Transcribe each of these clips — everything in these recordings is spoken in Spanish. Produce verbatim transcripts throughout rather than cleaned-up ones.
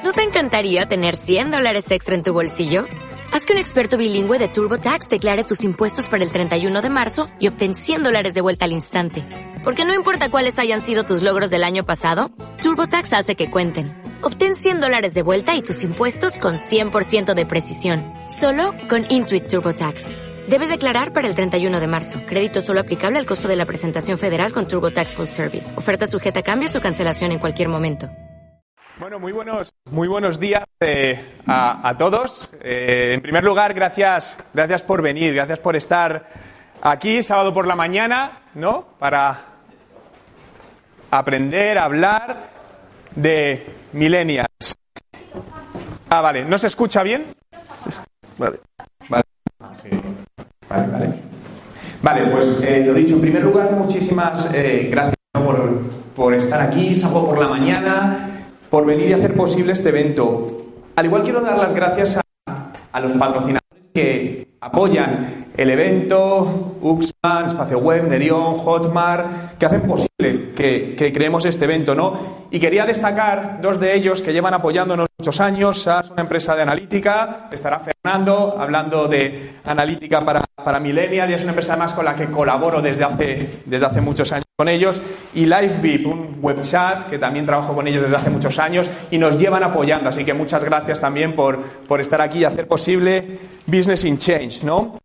¿No te encantaría tener cien dólares extra en tu bolsillo? Haz que un experto bilingüe de TurboTax declare tus impuestos para el treinta y uno de marzo y obtén cien dólares de vuelta al instante. Porque no importa cuáles hayan sido tus logros del año pasado, TurboTax hace que cuenten. Obtén cien dólares de vuelta y tus impuestos con cien por ciento de precisión. Solo con Intuit TurboTax. Debes declarar para el treinta y uno de marzo. Crédito solo aplicable al costo de la presentación federal con TurboTax Full Service. Oferta sujeta a cambios o cancelación en cualquier momento. Bueno, muy buenos, muy buenos días eh, a, a todos. Eh, en primer lugar, gracias, gracias por venir, gracias por estar aquí sábado por la mañana, ¿no? Para aprender a hablar de millennials. Ah, vale, ¿no se escucha bien? Vale, vale. Sí. Vale, vale. Vale, pues eh, lo dicho, en primer lugar, muchísimas eh, gracias por, por estar aquí sábado por la mañana, por venir y hacer posible este evento. Al igual quiero dar las gracias a, a los patrocinadores que apoyan el evento, Uxman, Espacio Web, Nerion, Hotmart, que hacen posible que, que creemos este evento, ¿no? Y quería destacar dos de ellos que llevan apoyándonos muchos años. S A S, una empresa de analítica, estará Fernando hablando de analítica para, para Millennial, y es una empresa además con la que colaboro desde hace, desde hace muchos años con ellos, y LiveVip, un web chat que también trabajo con ellos desde hace muchos años y nos llevan apoyando, así que muchas gracias también por, por estar aquí y hacer posible Business in Change, ¿no?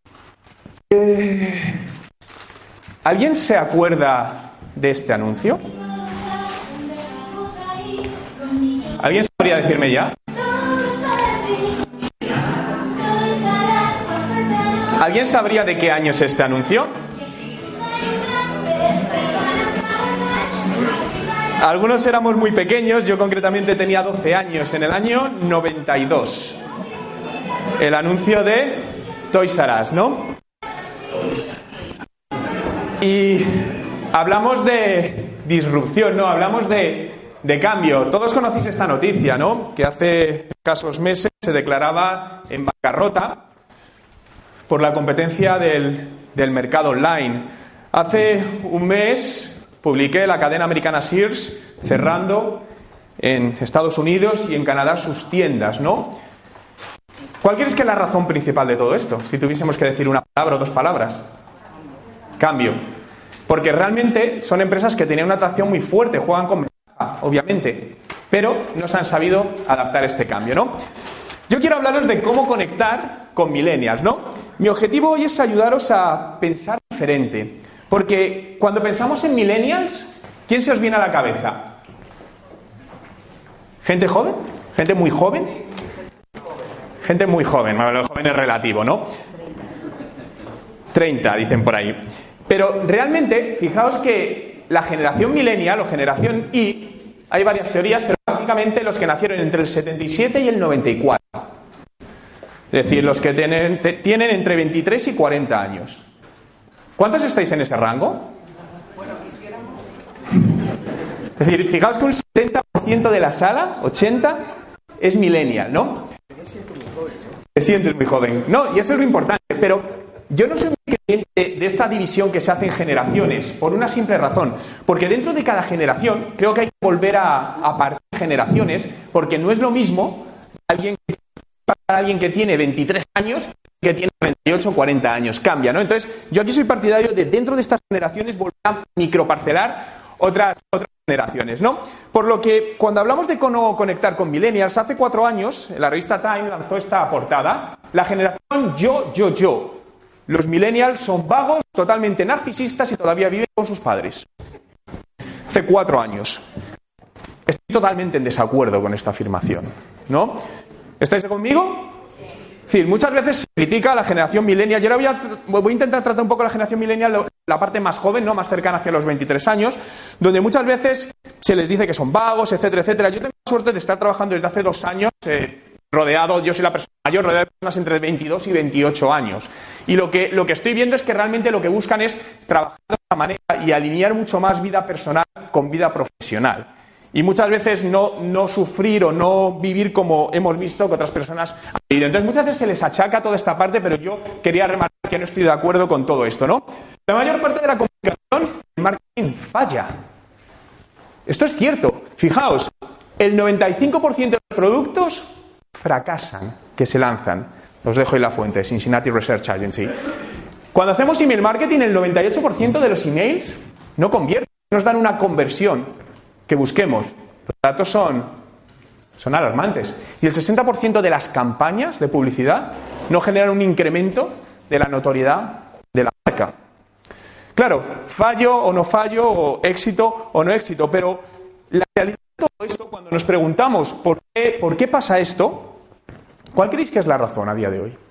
Eh, ¿Alguien se acuerda de este anuncio? ¿Alguien sabría decirme ya? ¿Alguien sabría de qué año es este anuncio? Algunos éramos muy pequeños, yo concretamente tenía doce años, en el año noventa y dos. El anuncio de Toys R Us, ¿no? Y hablamos de disrupción, ¿no? Hablamos de, de cambio. Todos conocéis esta noticia, ¿no? Que hace escasos meses se declaraba en bancarrota por la competencia del, del mercado online. Hace un mes publiqué la cadena americana Sears cerrando en Estados Unidos y en Canadá sus tiendas, ¿no? ¿Cuál crees que es la razón principal de todo esto? Si tuviésemos que decir una palabra o dos palabras. Cambio. Porque realmente son empresas que tenían una atracción muy fuerte, juegan con ventaja, obviamente, pero no se han sabido adaptar a este cambio, ¿no? Yo quiero hablaros de cómo conectar con millennials, ¿no? Mi objetivo hoy es ayudaros a pensar diferente. Porque cuando pensamos en millennials, ¿quién se os viene a la cabeza? ¿Gente joven? ¿Gente muy joven? Gente muy joven, bueno, lo joven es relativo, ¿no? treinta, dicen por ahí. Pero realmente, fijaos que la generación millennial o generación Y, hay varias teorías, pero básicamente los que nacieron entre el setenta y siete y el noventa y cuatro. Es decir, los que tienen, te, tienen entre veintitrés y cuarenta años. ¿Cuántos estáis en ese rango? Bueno, quisiéramos. Es decir, fijaos que un setenta por ciento de la sala, ochenta por ciento, es millennial, ¿no? Te sientes muy joven. No, y eso es lo importante, pero yo no soy muy creyente de esta división que se hace en generaciones, por una simple razón. Porque dentro de cada generación, creo que hay que volver a, a partir generaciones, porque no es lo mismo alguien que, para alguien que tiene veintitrés años que tiene treinta y ocho o cuarenta años. Cambia, ¿no? Entonces, yo aquí soy partidario de dentro de estas generaciones volver a microparcelar otras, otras generaciones, ¿no? Por lo que, cuando hablamos de cómo conectar con millennials, hace cuatro años, la revista Time lanzó esta portada, la generación yo, yo, yo. Los millennials son vagos, totalmente narcisistas y todavía viven con sus padres. Hace cuatro años. Estoy totalmente en desacuerdo con esta afirmación, ¿no? ¿Estáis conmigo? Es decir, muchas veces se critica a la generación millennial. Yo ahora voy a, voy a intentar tratar un poco la generación millennial, la parte más joven, ¿no? Más cercana hacia los veintitrés años, donde muchas veces se les dice que son vagos, etcétera, etcétera. Yo tengo la suerte de estar trabajando desde hace dos años, eh, rodeado, yo soy la persona mayor, rodeado de personas entre veintidós y veintiocho años. Y lo que, lo que estoy viendo es que realmente lo que buscan es trabajar de esta manera y alinear mucho más vida personal con vida profesional. Y muchas veces no, no sufrir o no vivir como hemos visto que otras personas han vivido. Entonces muchas veces se les achaca toda esta parte, pero yo quería remarcar que no estoy de acuerdo con todo esto, ¿no? La mayor parte de la comunicación, el marketing falla. Esto es cierto. Fijaos, el noventa y cinco por ciento de los productos fracasan que se lanzan. Os dejo ahí la fuente, Cincinnati Research Agency. Cuando hacemos email marketing, el noventa y ocho por ciento de los emails no convierten, no nos dan una conversión que busquemos. Los datos son, son alarmantes. Y el sesenta por ciento de las campañas de publicidad no generan un incremento de la notoriedad de la marca. Claro, fallo o no fallo, o éxito o no éxito, pero la realidad de todo esto, cuando nos preguntamos por qué, por qué pasa esto, ¿cuál creéis que es la razón a día de hoy?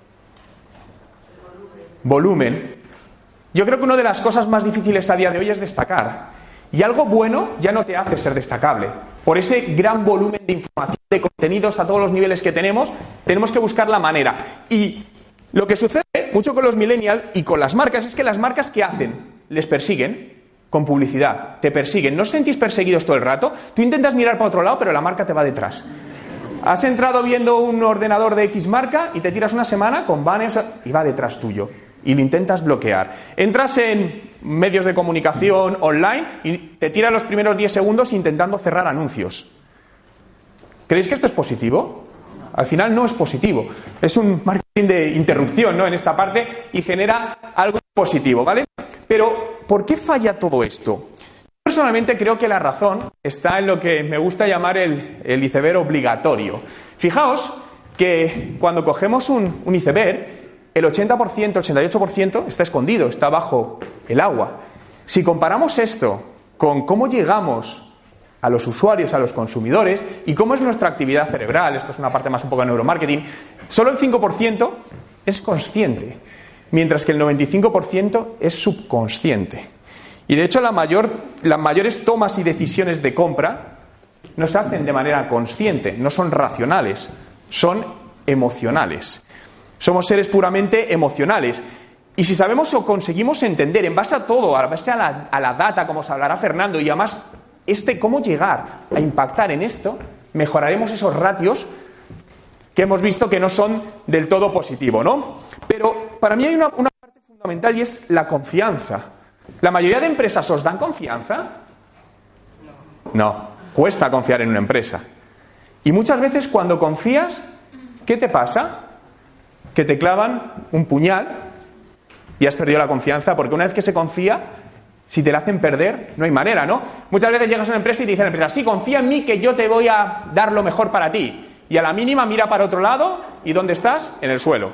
Volumen. Yo creo que una de las cosas más difíciles a día de hoy es destacar. Y algo bueno ya no te hace ser destacable. Por ese gran volumen de información, de contenidos a todos los niveles que tenemos, tenemos que buscar la manera. Y lo que sucede mucho con los millennials y con las marcas es que las marcas, ¿qué hacen? Les persiguen con publicidad, te persiguen. ¿No os sentís perseguidos todo el rato? Tú intentas mirar para otro lado, pero la marca te va detrás. Has entrado viendo un ordenador de X marca y te tiras una semana con banners y va detrás tuyo. Y lo intentas bloquear. Entras en medios de comunicación online y te tiras los primeros diez segundos intentando cerrar anuncios. ¿Creéis que esto es positivo? Al final no es positivo. Es un marketing de interrupción, ¿no?, en esta parte, y genera algo positivo, ¿vale? Pero, ¿por qué falla todo esto? Yo personalmente creo que la razón está en lo que me gusta llamar el, el iceberg obligatorio. Fijaos que cuando cogemos un, un iceberg, el ochenta por ciento, ochenta y ocho por ciento está escondido, está bajo el agua. Si comparamos esto con cómo llegamos a los usuarios, a los consumidores, y cómo es nuestra actividad cerebral, esto es una parte más un poco de neuromarketing, solo el cinco por ciento es consciente, mientras que el noventa y cinco por ciento es subconsciente. Y de hecho la mayor, las mayores tomas y decisiones de compra no se hacen de manera consciente, no son racionales, son emocionales. Somos seres puramente emocionales. Y si sabemos o conseguimos entender en base a todo, a base a la, a la data, como os hablará Fernando, y además este cómo llegar a impactar en esto, mejoraremos esos ratios que hemos visto que no son del todo positivos, ¿no? Pero para mí hay una, una parte fundamental y es la confianza. ¿La mayoría de empresas os dan confianza? No, cuesta confiar en una empresa. Y muchas veces cuando confías, ¿qué te pasa? Que te clavan un puñal y has perdido la confianza, porque una vez que se confía, si te la hacen perder, no hay manera, ¿no? Muchas veces llegas a una empresa y te dice la empresa, sí, confía en mí que yo te voy a dar lo mejor para ti. Y a la mínima mira para otro lado y ¿dónde estás? En el suelo.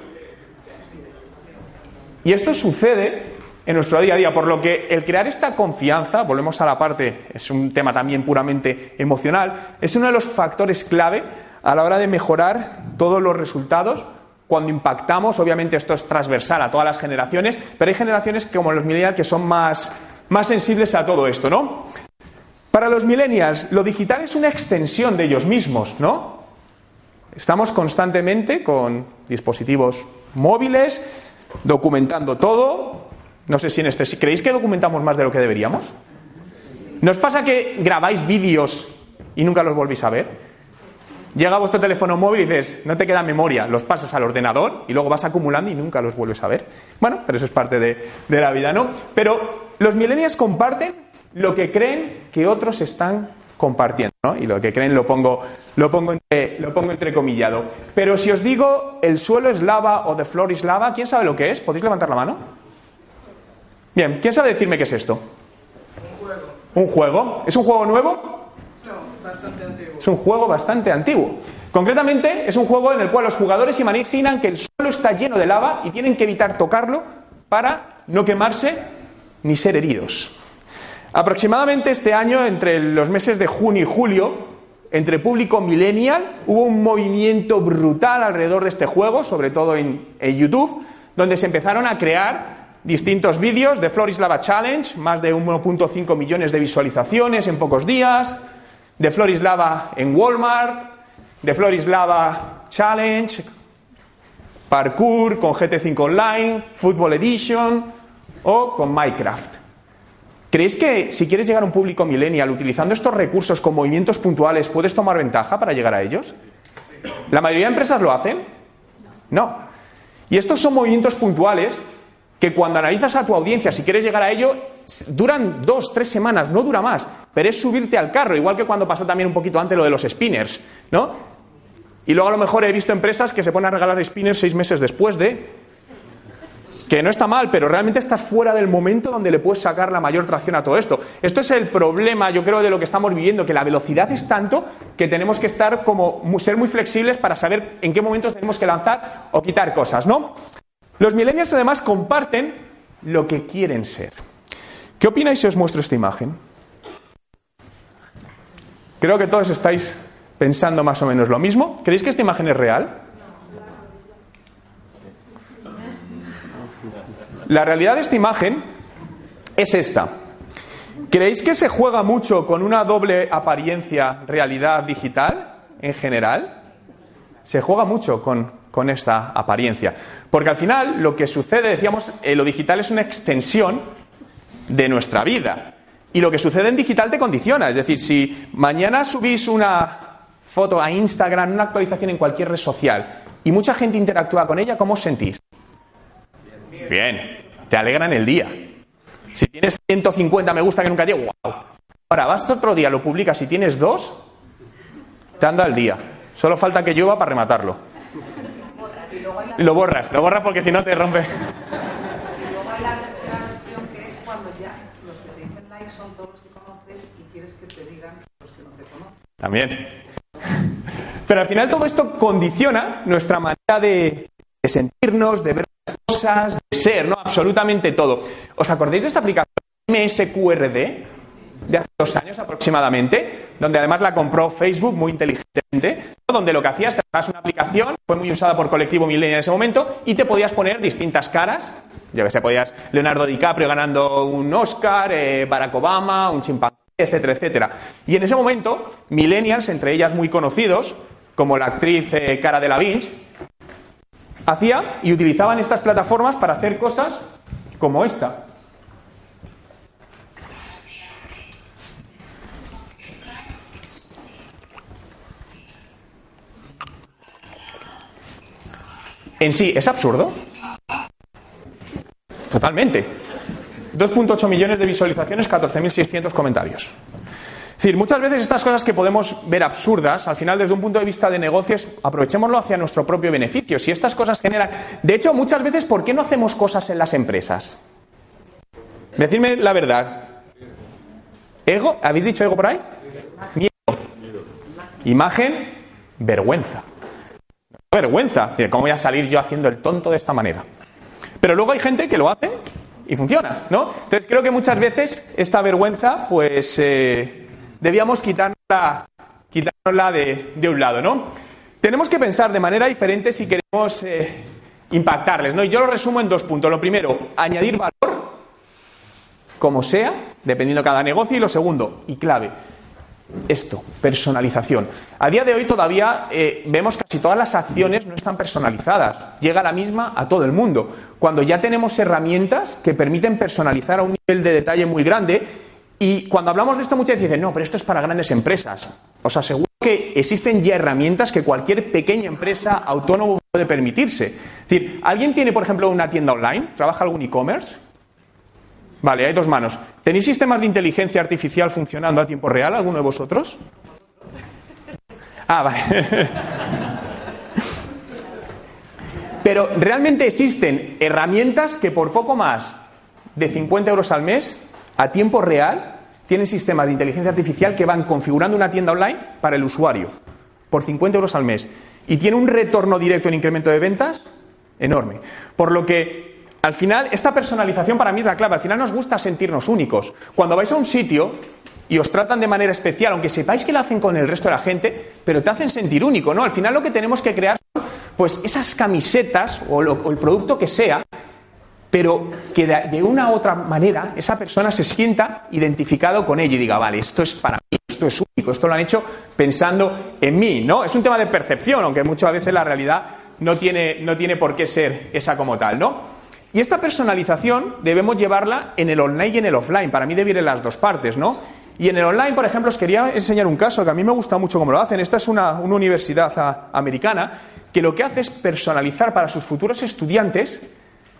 Y esto sucede en nuestro día a día, por lo que el crear esta confianza, volvemos a la parte, es un tema también puramente emocional, es uno de los factores clave a la hora de mejorar todos los resultados cuando impactamos. Obviamente esto es transversal a todas las generaciones, pero hay generaciones como los millennials que son más, más sensibles a todo esto, ¿no? Para los millennials, lo digital es una extensión de ellos mismos, ¿no? Estamos constantemente con dispositivos móviles, documentando todo. No sé si en este... ¿Creéis que documentamos más de lo que deberíamos? ¿No os pasa que grabáis vídeos y nunca los volvéis a ver? Llega vuestro teléfono móvil y dices, no te queda memoria, los pasas al ordenador y luego vas acumulando y nunca los vuelves a ver. Bueno, pero eso es parte de, de la vida, ¿no? Pero los millennials comparten lo que creen que otros están compartiendo, ¿no? Y lo que creen lo pongo, lo pongo entre, lo pongo entrecomillado. Pero si os digo el suelo es lava o the floor is lava, ¿quién sabe lo que es? ¿Podéis levantar la mano? Bien, ¿quién sabe decirme qué es esto? Un juego. ¿Un juego? ¿Es un juego nuevo? No, bastante antiguo. Es un juego bastante antiguo. Concretamente, es un juego en el cual los jugadores imaginan que el suelo está lleno de lava y tienen que evitar tocarlo para no quemarse ni ser heridos. Aproximadamente este año, entre los meses de junio y julio, entre público millennial, hubo un movimiento brutal alrededor de este juego, sobre todo en, en YouTube, donde se empezaron a crear distintos vídeos de Floor is Lava Challenge, más de uno punto cinco millones de visualizaciones en pocos días, de Floor is Lava en Walmart, de Floor is Lava Challenge, parkour con G T cinco Online, Football Edition o con Minecraft. ¿Creéis que si quieres llegar a un público millennial utilizando estos recursos con movimientos puntuales puedes tomar ventaja para llegar a ellos? ¿La mayoría de empresas lo hacen? No. Y estos son movimientos puntuales que cuando analizas a tu audiencia, si quieres llegar a ello, duran dos, tres semanas, no dura más, pero es subirte al carro, igual que cuando pasó también un poquito antes lo de los spinners, ¿no? Y luego a lo mejor he visto empresas que se ponen a regalar spinners seis meses después de... Que no está mal, pero realmente estás fuera del momento donde le puedes sacar la mayor tracción a todo esto. Esto es el problema, yo creo, de lo que estamos viviendo, que la velocidad es tanto que tenemos que estar como ser muy flexibles para saber en qué momentos tenemos que lanzar o quitar cosas, ¿no? Los millennials además comparten lo que quieren ser. ¿Qué opináis si os muestro esta imagen? Creo que todos estáis pensando más o menos lo mismo. ¿Creéis que esta imagen es real? La realidad de esta imagen es esta. ¿Creéis que se juega mucho con una doble apariencia realidad digital en general? Se juega mucho con, con esta apariencia. Porque al final lo que sucede, decíamos, eh, lo digital es una extensión de nuestra vida. Y lo que sucede en digital te condiciona. Es decir, si mañana subís una foto a Instagram, una actualización en cualquier red social, y mucha gente interactúa con ella, ¿cómo os sentís? Bien, te alegran el día. Si tienes ciento cincuenta me gusta que nunca digo, wow. Ahora vas otro día, lo publicas y tienes dos, te anda el día. Solo falta que llueva para rematarlo. Y lo borras, lo borras porque si no te rompe. Y luego hay la tercera versión, que es cuando ya los que te dicen like son todos los que conoces y quieres que te digan los que no te conocen. También. Pero al final todo esto condiciona nuestra manera de, de sentirnos, de ver cosas, de ser, ¿no? Absolutamente todo. ¿Os acordáis de esta aplicación M S Q R D de hace dos años aproximadamente? Donde además la compró Facebook muy inteligentemente, donde lo que hacías, te bajabas una aplicación, fue muy usada por colectivo millennial en ese momento, y te podías poner distintas caras. Ya ves, podías Leonardo DiCaprio ganando un Oscar, eh, Barack Obama, un chimpancé, etcétera, etcétera. Y en ese momento, millennials, entre ellas muy conocidos, como la actriz eh, Cara Delevingne, hacía y utilizaban estas plataformas para hacer cosas como esta. En sí, ¿es absurdo? Totalmente. dos punto ocho millones de visualizaciones, catorce mil seiscientos comentarios. Es decir, muchas veces estas cosas que podemos ver absurdas, al final desde un punto de vista de negocios, aprovechémoslo hacia nuestro propio beneficio. Si estas cosas generan... De hecho, muchas veces, ¿por qué no hacemos cosas en las empresas? Decidme la verdad. ¿Ego? ¿Habéis dicho ego por ahí? Miedo. Imagen, vergüenza. Vergüenza. ¿Cómo voy a salir yo haciendo el tonto de esta manera? Pero luego hay gente que lo hace y funciona, ¿no? Entonces creo que muchas veces esta vergüenza, pues... Eh, debíamos quitárnosla, quitárnosla de, de un lado, ¿no? Tenemos que pensar de manera diferente si queremos eh, impactarles, ¿no? Y yo lo resumo en dos puntos. Lo primero, añadir valor, como sea, dependiendo de cada negocio. Y lo segundo, y clave, esto, personalización. A día de hoy todavía eh, vemos que casi todas las acciones no están personalizadas. Llega la misma a todo el mundo. Cuando ya tenemos herramientas que permiten personalizar a un nivel de detalle muy grande. Y cuando hablamos de esto, muchas veces dicen, no, pero esto es para grandes empresas. Os aseguro que existen ya herramientas que cualquier pequeña empresa autónomo puede permitirse. Es decir, ¿alguien tiene, por ejemplo, una tienda online? ¿Trabaja algún e-commerce? Vale, hay dos manos. ¿Tenéis sistemas de inteligencia artificial funcionando a tiempo real, alguno de vosotros? Ah, vale. Pero realmente existen herramientas que por poco más de cincuenta euros al mes... a tiempo real, tienen sistemas de inteligencia artificial que van configurando una tienda online para el usuario, por cincuenta euros al mes. Y tiene un retorno directo en incremento de ventas enorme. Por lo que, al final, esta personalización para mí es la clave. Al final nos gusta sentirnos únicos. Cuando vais a un sitio y os tratan de manera especial, aunque sepáis que lo hacen con el resto de la gente, pero te hacen sentir único, ¿no? Al final lo que tenemos que crear son, pues, esas camisetas o, lo, o el producto que sea, pero que de, de una u otra manera esa persona se sienta identificado con ello y diga, vale, esto es para mí, esto es único, esto lo han hecho pensando en mí, ¿no? Es un tema de percepción, aunque muchas veces la realidad no tiene, no tiene por qué ser esa como tal, ¿no? Y esta personalización debemos llevarla en el online y en el offline, para mí debe ir en las dos partes, ¿no? Y en el online, por ejemplo, os quería enseñar un caso que a mí me gusta mucho cómo lo hacen. Esta es una, una universidad a, americana que lo que hace es personalizar para sus futuros estudiantes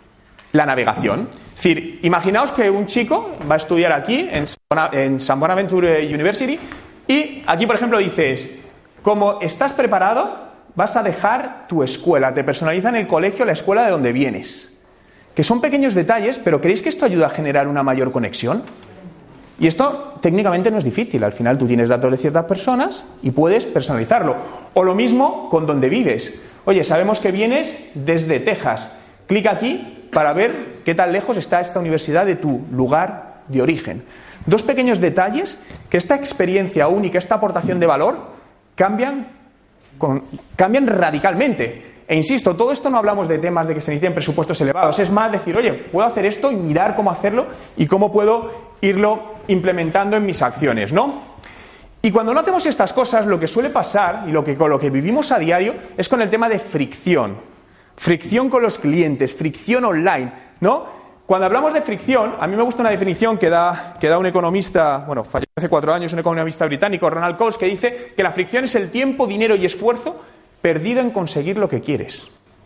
la navegación. Es decir, imaginaos que un chico va a estudiar aquí, en, en San Bonaventure University, y aquí, por ejemplo, dices, como estás preparado, vas a dejar tu escuela, te personalizan el colegio, la escuela de donde vienes. Que son pequeños detalles, pero ¿creéis que esto ayuda a generar una mayor conexión? Y esto técnicamente no es difícil, al final tú tienes datos de ciertas personas y puedes personalizarlo. O lo mismo con donde vives. Oye, sabemos que vienes desde Texas, clic aquí para ver qué tan lejos está esta universidad de tu lugar de origen. Dos pequeños detalles que esta experiencia única, esta aportación de valor, cambian, con, cambian radicalmente. E insisto, todo esto no hablamos de temas de que se necesiten presupuestos elevados, es más decir, oye, puedo hacer esto y mirar cómo hacerlo y cómo puedo irlo implementando en mis acciones, ¿no? Y cuando no hacemos estas cosas, lo que suele pasar, y lo que, con lo que vivimos a diario, es con el tema de fricción. Fricción con los clientes, fricción online, ¿no? Cuando hablamos de fricción, a mí me gusta una definición que da, que da un economista, bueno, falleció hace cuatro años, un economista británico, Ronald Coase, que dice que la fricción es el tiempo, dinero y esfuerzo perdido en conseguir lo que quieres.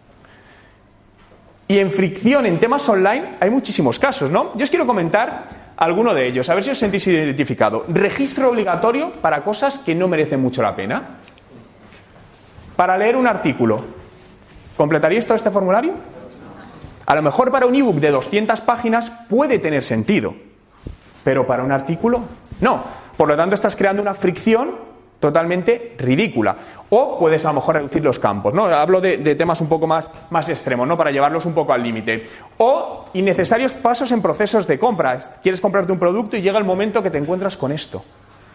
Y en fricción, en temas online, hay muchísimos casos, ¿no? Yo os quiero comentar alguno de ellos, a ver si os sentís identificado. Registro obligatorio para cosas que no merecen mucho la pena. Para leer un artículo, ¿completaríais todo este formulario? A lo mejor para un ebook de doscientas páginas puede tener sentido, pero para un artículo, no. Por lo tanto, estás creando una fricción totalmente ridícula. O puedes a lo mejor reducir los campos, ¿no? Hablo de, de temas un poco más, más extremos, ¿no? Para llevarlos un poco al límite. O innecesarios pasos en procesos de compra. Quieres comprarte un producto y llega el momento que te encuentras con esto.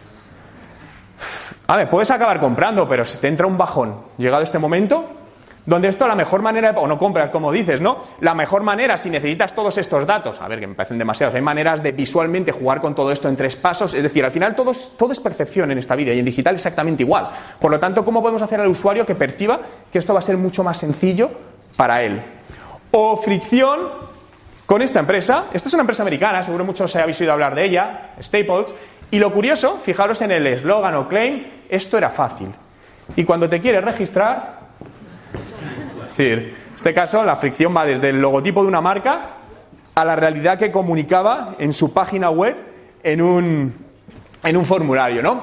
A ver, puedes acabar comprando, pero se te entra un bajón. Llegado este momento, donde esto la mejor manera, o no compras como dices, ¿no? La mejor manera, si necesitas todos estos datos, a ver, que me parecen demasiados, hay maneras de visualmente jugar con todo esto en tres pasos, es decir, al final todo es, todo es percepción en esta vida y en digital exactamente igual. Por lo tanto, ¿cómo podemos hacer al usuario que perciba que esto va a ser mucho más sencillo para él? O fricción con esta empresa. Esta es una empresa americana, seguro muchos habéis oído hablar de ella, Staples, y lo curioso, fijaros en el eslogan o claim, esto era fácil. Y cuando te quieres registrar, es decir, en este caso la fricción va desde el logotipo de una marca a la realidad que comunicaba en su página web en un, en un formulario, ¿no?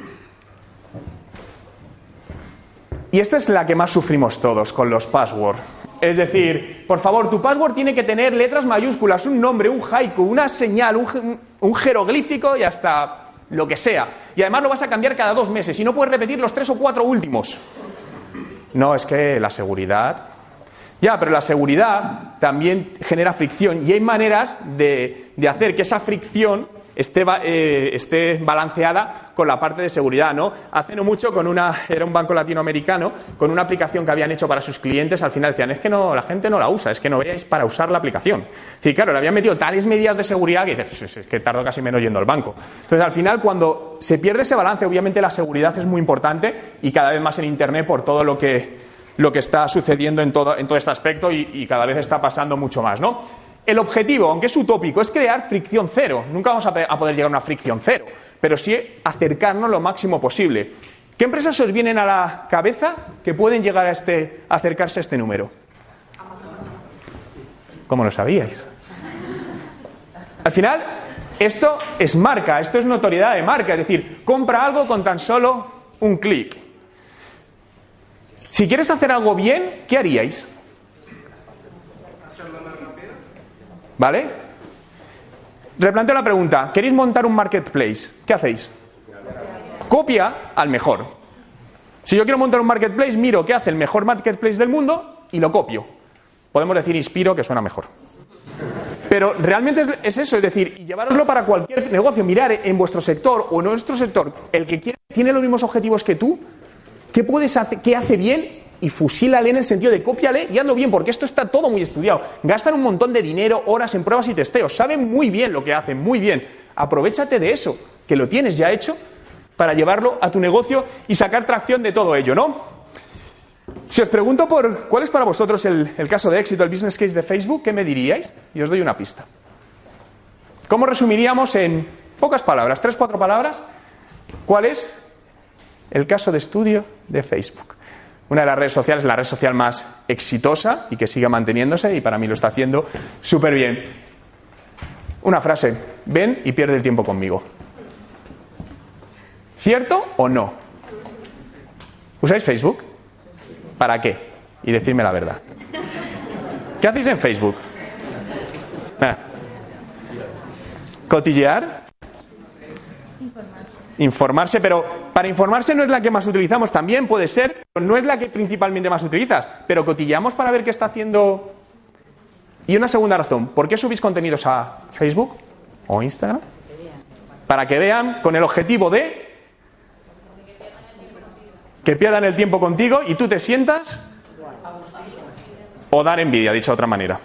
Y esta es la que más sufrimos todos con los passwords. Es decir, por favor, tu password tiene que tener letras mayúsculas, un nombre, un haiku, una señal, un, un jeroglífico y hasta lo que sea. Y además lo vas a cambiar cada dos meses y no puedes repetir los tres o cuatro últimos. No, es que la seguridad... Ya, pero la seguridad también genera fricción y hay maneras de, de hacer que esa fricción esté, eh, esté balanceada con la parte de seguridad, ¿no? Hace no mucho, con una, era un banco latinoamericano, con una aplicación que habían hecho para sus clientes, al final decían, es que no, la gente no la usa, es que no veáis para usar la aplicación. Sí, claro, le habían metido tales medidas de seguridad que dices, es que tardo casi menos yendo al banco. Entonces, al final, cuando se pierde ese balance, obviamente la seguridad es muy importante y cada vez más en Internet por todo lo que... lo que está sucediendo en todo, en todo este aspecto y, y cada vez está pasando mucho más, ¿no? El objetivo, aunque es utópico, es crear fricción cero. Nunca vamos a, a poder llegar a una fricción cero, pero sí acercarnos lo máximo posible. ¿Qué empresas os vienen a la cabeza que pueden llegar a, este, a acercarse a este número? ¿Cómo lo sabíais? Al final, esto es marca, esto es notoriedad de marca, es decir, compra algo con tan solo un clic. Si quieres hacer algo bien, ¿qué haríais? Hacerlo más rápido. ¿Vale? Replanteo la pregunta. ¿Queréis montar un marketplace? ¿Qué hacéis? Copia al mejor. Si yo quiero montar un marketplace, miro qué hace el mejor marketplace del mundo y lo copio. Podemos decir inspiro, que suena mejor. Pero realmente es, es eso, es decir, y llevároslo para cualquier negocio. Mirar en vuestro sector o en nuestro sector, el que quiere, tiene los mismos objetivos que tú. ¿Qué puedes hacer, qué hace bien? Y fusílale en el sentido de cópiale y hazlo bien, porque esto está todo muy estudiado. Gastan un montón de dinero, horas en pruebas y testeos. Saben muy bien lo que hacen, muy bien. Aprovéchate de eso, que lo tienes ya hecho, para llevarlo a tu negocio y sacar tracción de todo ello, ¿no? Si os pregunto por cuál es para vosotros el, el caso de éxito, el business case de Facebook, ¿qué me diríais? Y os doy una pista. ¿Cómo resumiríamos en pocas palabras, tres, cuatro palabras, cuál es el caso de estudio de Facebook? una de las redes sociales, la red social más exitosa y que sigue manteniéndose, y para mí lo está haciendo súper bien. Una frase: ven y pierde el tiempo conmigo. ¿Cierto o no? ¿Usáis Facebook? ¿Para qué? Y decidme la verdad. ¿Qué hacéis en Facebook? Ah. ¿Cotillear? Informarse. Informarse, pero para informarse no es la que más utilizamos, también puede ser, pero no es la que principalmente más utilizas, pero cotilleamos para ver qué está haciendo. Y una segunda razón: ¿por qué subís contenidos a Facebook o Instagram? Para que vean, con el objetivo de que pierdan el tiempo contigo y tú te sientas, o dar envidia, dicho de otra manera.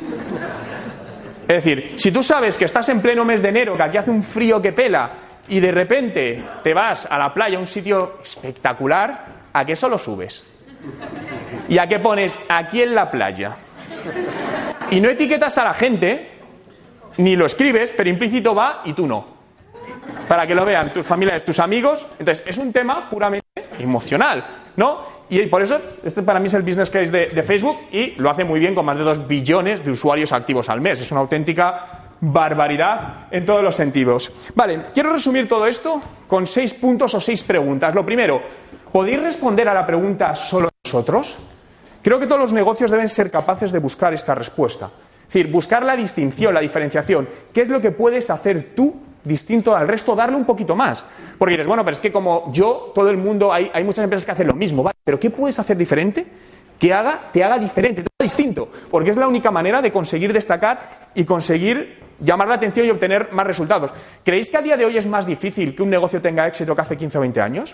Es decir, si tú sabes que estás en pleno mes de enero, que aquí hace un frío que pela, y de repente te vas a la playa, a un sitio espectacular, ¿a qué solo subes? ¿Y a qué pones aquí en la playa? Y no etiquetas a la gente, ni lo escribes, pero implícito va y tú no. Para que lo vean tus familiares, tus amigos. Entonces, es un tema puramente emocional, ¿no? Y por eso, este para mí es el business case de, de Facebook, y lo hace muy bien con más de dos billones de usuarios activos al mes. Es una auténtica barbaridad en todos los sentidos. Vale, quiero resumir todo esto con seis puntos o seis preguntas. Lo primero, ¿podéis responder a la pregunta solo nosotros? Creo que todos los negocios deben ser capaces de buscar esta respuesta. Es decir, buscar la distinción, la diferenciación. ¿Qué es lo que puedes hacer tú distinto al resto? Darle un poquito más. Porque dices, bueno, pero es que como yo, todo el mundo, hay, hay muchas empresas que hacen lo mismo, ¿vale? Pero ¿qué puedes hacer diferente? Que haga, te haga diferente, te haga distinto. Porque es la única manera de conseguir destacar y conseguir llamar la atención y obtener más resultados. ¿Creéis que a día de hoy es más difícil que un negocio tenga éxito que hace quince o veinte años?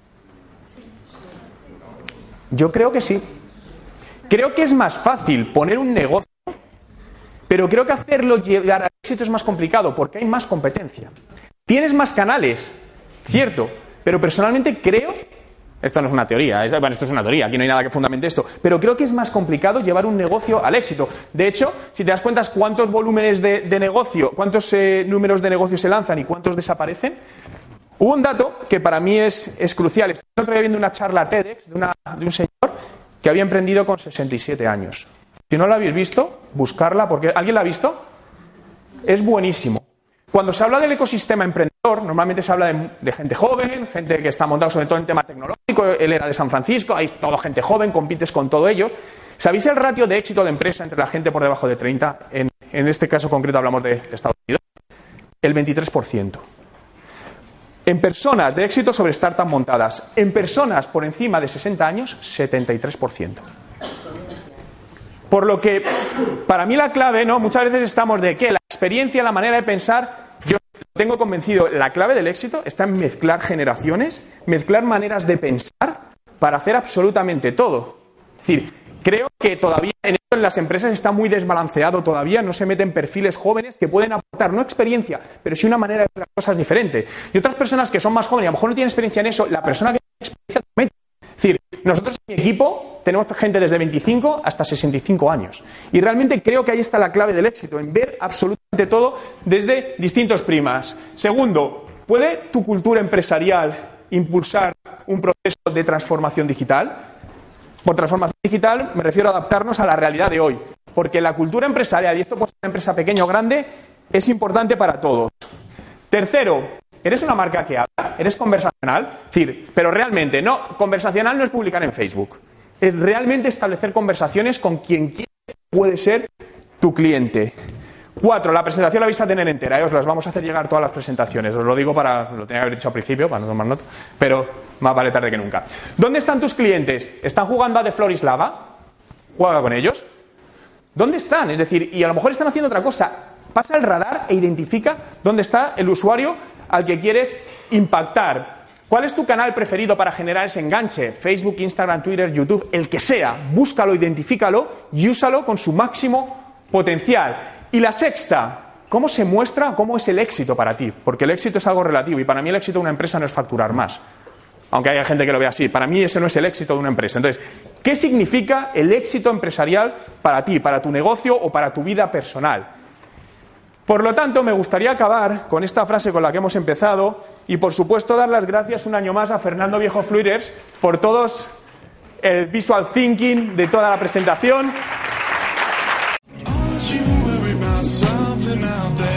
Yo creo que sí. Creo que es más fácil poner un negocio, pero creo que hacerlo llegar al éxito es más complicado porque hay más competencia. Tienes más canales, cierto, pero personalmente creo, esto no es una teoría, es, bueno, esto es una teoría, aquí no hay nada que fundamente esto, pero creo que es más complicado llevar un negocio al éxito. De hecho, si te das cuenta cuántos volúmenes de, de negocio, cuántos eh, números de negocio se lanzan y cuántos desaparecen, hubo un dato que para mí es, es crucial. Estoy el otro día viendo una charla TEDx de, una, de un señor que había emprendido con sesenta y siete años. Si no la habéis visto, buscarla, porque ¿alguien la ha visto? Es buenísimo. Cuando se habla del ecosistema emprendedor, normalmente se habla de, de gente joven, gente que está montada sobre todo en tema tecnológico. Él era de San Francisco, hay toda gente joven, compites con todo ello. ¿Sabéis el ratio de éxito de empresa entre la gente por debajo de treinta? En, en este caso concreto hablamos de, de Estados Unidos. El veintitrés por ciento. En personas de éxito sobre startups montadas. En personas por encima de sesenta años, setenta y tres por ciento. Por lo que, para mí la clave, ¿no? Muchas veces estamos de que la experiencia, la manera de pensar, yo tengo convencido, la clave del éxito está en mezclar generaciones, mezclar maneras de pensar para hacer absolutamente todo. Es decir, creo que todavía en esto en las empresas está muy desbalanceado todavía, no se meten perfiles jóvenes que pueden aportar, no experiencia, pero sí una manera de ver las cosas diferente. Y otras personas que son más jóvenes y a lo mejor no tienen experiencia en eso, la persona que tiene experiencia te mete. Es decir, nosotros en mi equipo tenemos gente desde veinticinco hasta sesenta y cinco años. Y realmente creo que ahí está la clave del éxito, en ver absolutamente todo desde distintos prismas. Segundo, ¿puede tu cultura empresarial impulsar un proceso de transformación digital? Por transformación digital me refiero a adaptarnos a la realidad de hoy. Porque la cultura empresarial, y esto puede ser una empresa pequeña o grande, es importante para todos. Tercero, ¿eres una marca que habla? ¿Eres conversacional? Es decir, pero realmente, no, conversacional no es publicar en Facebook. Es realmente establecer conversaciones con quien quiera puede ser tu cliente. Cuatro, la presentación la vais a tener entera, ¿eh? Os las vamos a hacer llegar todas las presentaciones. Os lo digo para, lo tenía que haber dicho al principio, para no tomar nota, pero más vale tarde que nunca. ¿Dónde están tus clientes? ¿Están jugando a The Floor is Lava? ¿Juega con ellos? ¿Dónde están? Es decir, y a lo mejor están haciendo otra cosa. Pasa el radar e identifica dónde está el usuario al que quieres impactar. ¿Cuál es tu canal preferido para generar ese enganche? Facebook, Instagram, Twitter, YouTube, el que sea. Búscalo, identifícalo y úsalo con su máximo potencial. Y la sexta, ¿cómo se muestra, cómo es el éxito para ti? Porque el éxito es algo relativo y para mí el éxito de una empresa no es facturar más. Aunque haya gente que lo vea así. Para mí ese no es el éxito de una empresa. Entonces, ¿qué significa el éxito empresarial para ti, para tu negocio o para tu vida personal? Por lo tanto, me gustaría acabar con esta frase con la que hemos empezado y, por supuesto, dar las gracias un año más a Fernando Viejo Fluires por todos el visual thinking de toda la presentación. Aren't you worried about something out there?